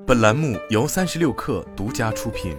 本栏目由36氪独家出品。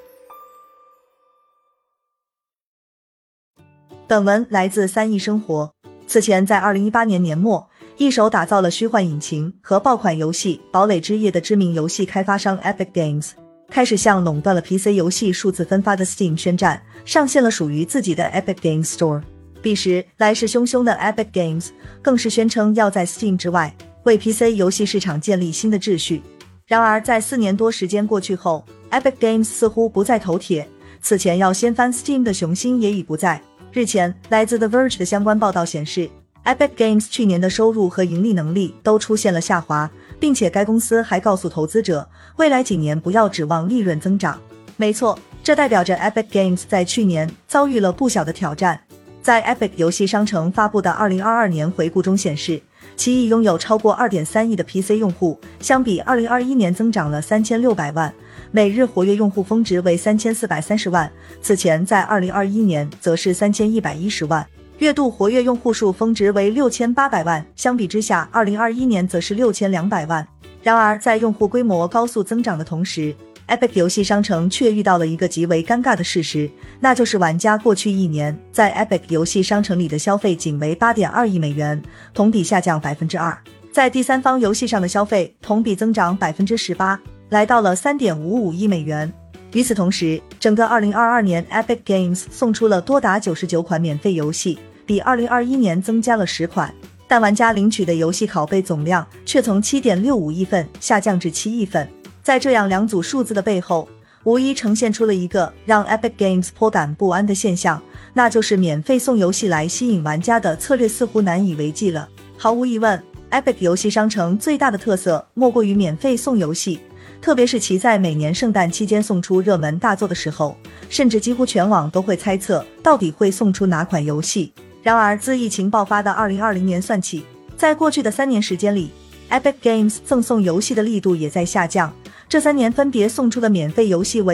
本文来自3亿生活。此前在2018年年末，一手打造了虚幻引擎和爆款游戏《堡垒之夜》的知名游戏开发商 Epic Games 开始向垄断了 PC 游戏数字分发的 Steam 宣战，上线了属于自己的 Epic Games Store。彼时来势汹汹的 Epic Games 更是宣称要在 Steam 之外为 PC 游戏市场建立新的秩序。然而在4年多时间过去后， Epic Games 似乎不再头铁，此前要掀翻 Steam 的雄心也已不在。日前来自 The Verge 的相关报道显示， Epic Games 去年的收入和盈利能力都出现了下滑，并且该公司还告诉投资者，未来几年不要指望利润增长。没错，这代表着 Epic Games 在去年遭遇了不小的挑战。在 Epic 游戏商城发布的2022年回顾中显示，其已拥有超过 2.3 亿的 PC 用户，相比2021年增长了3600万，每日活跃用户峰值为3430万，此前在2021年则是3110万，月度活跃用户数峰值为6800万，相比之下2021年则是6200万。然而在用户规模高速增长的同时， Epic 游戏商城却遇到了一个极为尴尬的事实，那就是玩家过去1年在 Epic 游戏商城里的消费仅为 8.2 亿美元，同比下降 2%， 在第三方游戏上的消费同比增长 18%， 来到了 3.55 亿美元。与此同时，整个2022年 Epic Games 送出了多达99款免费游戏，比2021年增加了10款，但玩家领取的游戏拷贝总量却从 7.65 亿份下降至7亿份。在这样两组数字的背后，无疑呈现出了一个让 Epic Games 颇感不安的现象，那就是免费送游戏来吸引玩家的策略似乎难以为继了。毫无疑问， Epic 游戏商城最大的特色莫过于免费送游戏，特别是其在每年圣诞期间送出热门大作的时候，甚至几乎全网都会猜测到底会送出哪款游戏。然而自疫情爆发的2020年算起，在过去的3年时间里， Epic Games 赠送游戏的力度也在下降，这3年分别送出的免费游戏为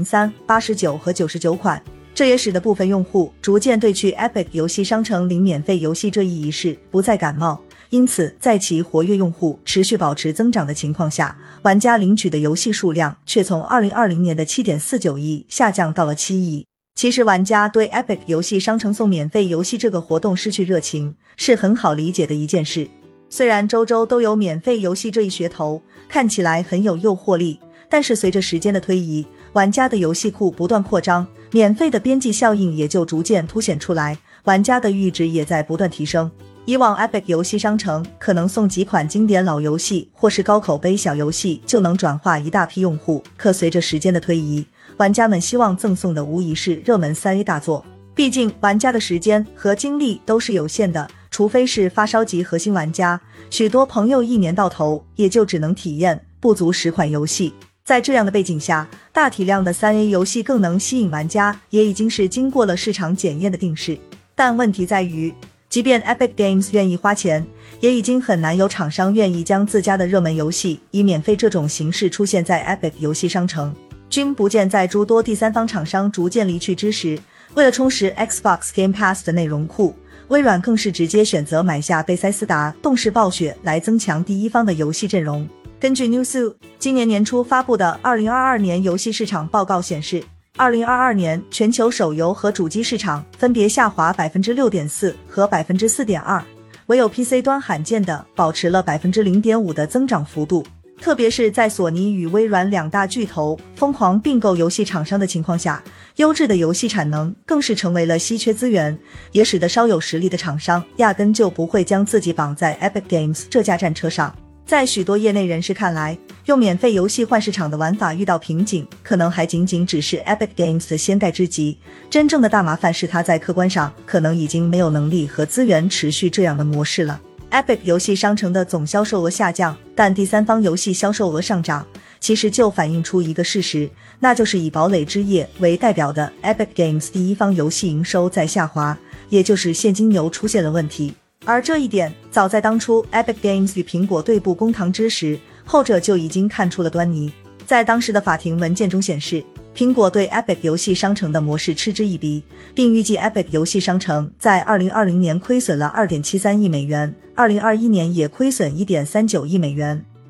103、89和99款，这也使得部分用户逐渐对去 Epic 游戏商城领免费游戏这一仪式不再感冒。因此在其活跃用户持续保持增长的情况下，玩家领取的游戏数量却从2020年的 7.49 亿下降到了7亿。其实玩家对 Epic 游戏商城送免费游戏这个活动失去热情，是很好理解的一件事。虽然周周都有免费游戏这一噱头，看起来很有诱惑力，但是随着时间的推移，玩家的游戏库不断扩张，免费的边际效应也就逐渐凸显出来，玩家的阈值也在不断提升。以往 Epic 游戏商城可能送几款经典老游戏或是高口碑小游戏就能转化一大批用户，可随着时间的推移，玩家们希望赠送的无疑是热门3A 大作。毕竟玩家的时间和精力都是有限的，除非是发烧级核心玩家，许多朋友1年到头也就只能体验不足10款游戏。在这样的背景下，大体量的 3A 游戏更能吸引玩家，也已经是经过了市场检验的定势。但问题在于，即便 Epic Games 愿意花钱，也已经很难有厂商愿意将自家的热门游戏以免费这种形式出现在 Epic 游戏商城。君不见在诸多第三方厂商逐渐离去之时，为了充实 Xbox Game Pass 的内容库，微软更是直接选择买下贝塞斯达、动视暴雪来增强第一方的游戏阵容。根据 Newzoo 今年年初发布的2022年游戏市场报告显示，2022年全球手游和主机市场分别下滑 6.4% 和 4.2%， 唯有 PC 端罕见的保持了 0.5% 的增长幅度。特别是在索尼与微软2大巨头疯狂并购游戏厂商的情况下，优质的游戏产能更是成为了稀缺资源，也使得稍有实力的厂商压根就不会将自己绑在 Epic Games 这架战车上。在许多业内人士看来，用免费游戏换市场的玩法遇到瓶颈，可能还仅仅只是 Epic Games 的先盖之急，真正的大麻烦是它在客观上可能已经没有能力和资源持续这样的模式了。Epic 游戏商城的总销售额下降，但第三方游戏销售额上涨，其实就反映出一个事实，那就是以堡垒之夜为代表的 Epic Games 第一方游戏营收在下滑，也就是现金流出现了问题。而这一点早在当初 Epic Games 与苹果对簿公堂之时，后者就已经看出了端倪。在当时的法庭文件中显示，苹果对 Epic 游戏商城的模式嗤之以鼻，并预计 Epic 游戏商城在2020年亏损了 2.73 亿美元，2021年也亏损 1.39 亿美元。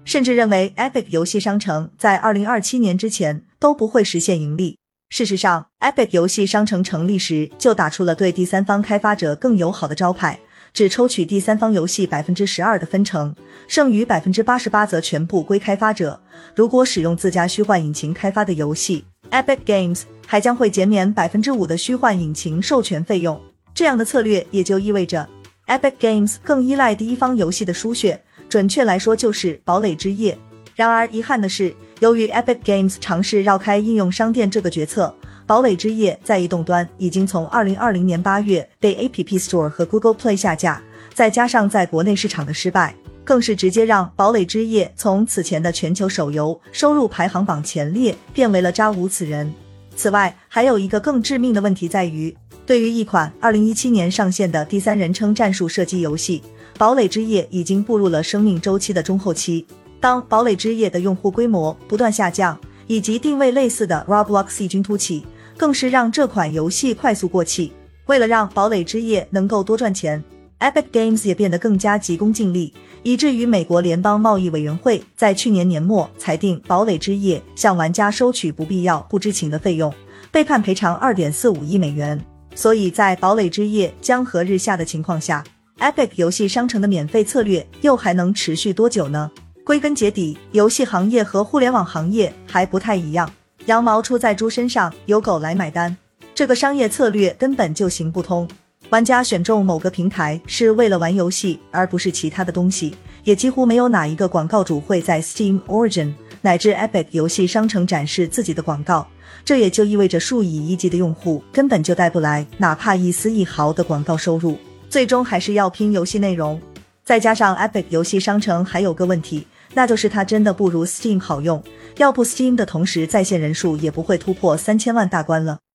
甚至认为 Epic 游戏商城在2027年之前都不会实现盈利。事实上 ，Epic 游戏商城成立时就打出了对第三方开发者更友好的招牌，只抽取第三方游戏 12% 的分成，剩余 88% 则全部归开发者。如果使用自家虚幻引擎开发的游戏， Epic Games 还将会减免 5% 的虚幻引擎授权费用。这样的策略也就意味着 Epic Games 更依赖第一方游戏的输血，准确来说就是堡垒之夜。然而遗憾的是，由于 Epic Games 尝试绕开应用商店这个决策，堡垒之夜在移动端已经从2020年8月被 App Store 和 Google Play 下架，再加上在国内市场的失败，更是直接让堡垒之夜从此前的全球手游收入排行榜前列变为了渣无此人。此外，还有一个更致命的问题在于，对于一款2017年上线的第三人称战术射击游戏，堡垒之夜已经步入了生命周期的中后期。当堡垒之夜的用户规模不断下降，以及定位类似的 Roblox 异军突起，更是让这款游戏快速过气。为了让堡垒之夜能够多赚钱， Epic Games 也变得更加急功近利，以至于美国联邦贸易委员会在去年年末裁定堡垒之夜向玩家收取不必要不知情的费用，被判赔偿 2.45 亿美元。所以在堡垒之夜江河日下的情况下， Epic 游戏商城的免费策略又还能持续多久呢？归根结底，游戏行业和互联网行业还不太一样，羊毛出在猪身上，由狗来买单，这个商业策略根本就行不通。玩家选中某个平台是为了玩游戏，而不是其他的东西，也几乎没有哪一个广告主会在 Steam、Origin 乃至 Epic 游戏商城展示自己的广告，这也就意味着数以亿计的用户根本就带不来哪怕一丝一毫的广告收入，最终还是要拼游戏内容。再加上 Epic 游戏商城还有个问题，那就是它真的不如 Steam 好用，要不 Steam 的同时在线人数也不会突破3000万大关了。